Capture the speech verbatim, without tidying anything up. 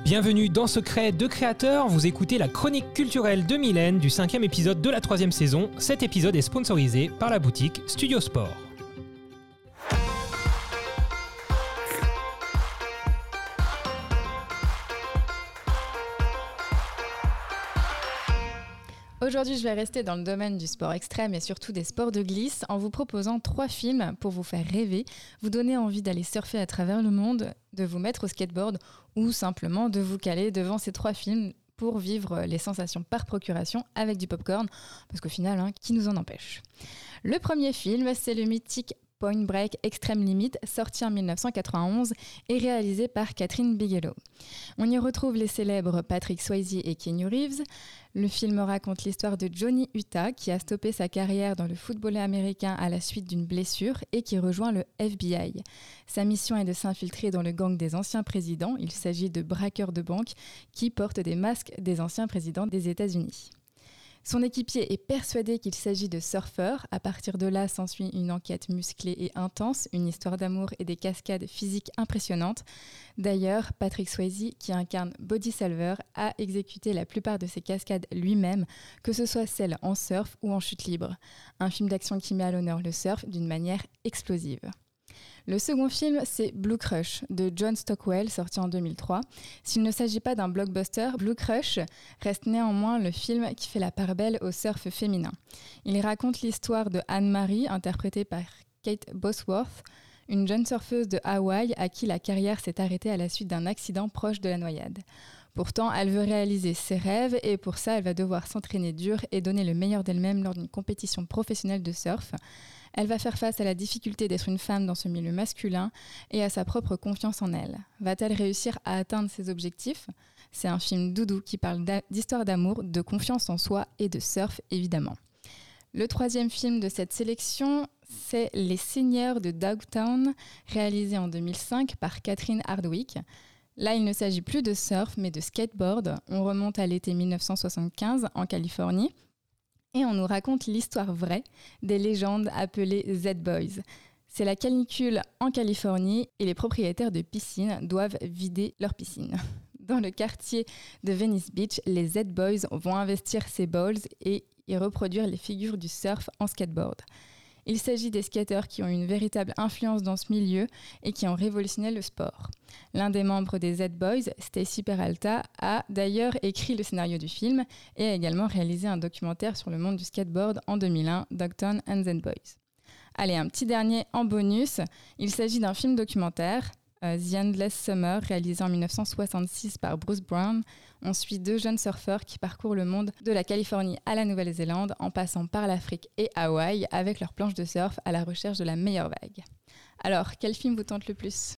Bienvenue dans Secret de Créateurs, vous écoutez la chronique culturelle de Mylène du cinquième épisode de la troisième saison. Cet épisode est sponsorisé par la boutique Studio Sport. Aujourd'hui, je vais rester dans le domaine du sport extrême et surtout des sports de glisse en vous proposant trois films pour vous faire rêver, vous donner envie d'aller surfer à travers le monde, de vous mettre au skateboard ou simplement de vous caler devant ces trois films pour vivre les sensations par procuration avec du popcorn, parce qu'au final, hein, qui nous en empêche ? Le premier film, c'est le mythique Point Break Extreme Limit, sorti en dix-neuf cent quatre-vingt-onze et réalisé par Kathryn Bigelow. On y retrouve les célèbres Patrick Swayze et Keanu Reeves. Le film raconte l'histoire de Johnny Utah, qui a stoppé sa carrière dans le football américain à la suite d'une blessure et qui rejoint le F B I. Sa mission est de s'infiltrer dans le gang des anciens présidents. Il s'agit de braqueurs de banque qui portent des masques des anciens présidents des États-Unis. Son équipier est persuadé qu'il s'agit de surfeurs. À partir de là, s'ensuit une enquête musclée et intense, une histoire d'amour et des cascades physiques impressionnantes. D'ailleurs, Patrick Swayze, qui incarne Body Salver, a exécuté la plupart de ses cascades lui-même, que ce soit celles en surf ou en chute libre. Un film d'action qui met à l'honneur le surf d'une manière explosive. Le second film, c'est Blue Crush de John Stockwell, sorti en deux mille trois. S'il ne s'agit pas d'un blockbuster, Blue Crush reste néanmoins le film qui fait la part belle au surf féminin. Il raconte l'histoire de Anne-Marie, interprétée par Kate Bosworth, une jeune surfeuse de Hawaï à qui la carrière s'est arrêtée à la suite d'un accident proche de la noyade. Pourtant, elle veut réaliser ses rêves et pour ça, elle va devoir s'entraîner dur et donner le meilleur d'elle-même lors d'une compétition professionnelle de surf. Elle va faire face à la difficulté d'être une femme dans ce milieu masculin et à sa propre confiance en elle. Va-t-elle réussir à atteindre ses objectifs ? C'est un film doudou qui parle d'histoire d'amour, de confiance en soi et de surf, évidemment. Le troisième film de cette sélection, c'est Les Seigneurs de Dogtown, réalisé en deux mille cinq par Catherine Hardwicke. Là, il ne s'agit plus de surf, mais de skateboard. On remonte à l'été dix-neuf cent soixante-quinze en Californie. Et on nous raconte l'histoire vraie des légendes appelées Z-Boys. C'est la canicule en Californie et les propriétaires de piscines doivent vider leurs piscines. Dans le quartier de Venice Beach, les Z-Boys vont investir ces balls et y reproduire les figures du surf en skateboard. Il s'agit des skateurs qui ont une véritable influence dans ce milieu et qui ont révolutionné le sport. L'un des membres des Z-Boys, Stacy Peralta, a d'ailleurs écrit le scénario du film et a également réalisé un documentaire sur le monde du skateboard en deux mille un, Dogtown and Z-Boys. Allez, un petit dernier en bonus. Il s'agit d'un film documentaire, uh, The Endless Summer, réalisé en dix-neuf cent soixante-six par Bruce Brown. On suit deux jeunes surfeurs qui parcourent le monde de la Californie à la Nouvelle-Zélande en passant par l'Afrique et Hawaï avec leurs planches de surf à la recherche de la meilleure vague. Alors, quel film vous tente le plus ?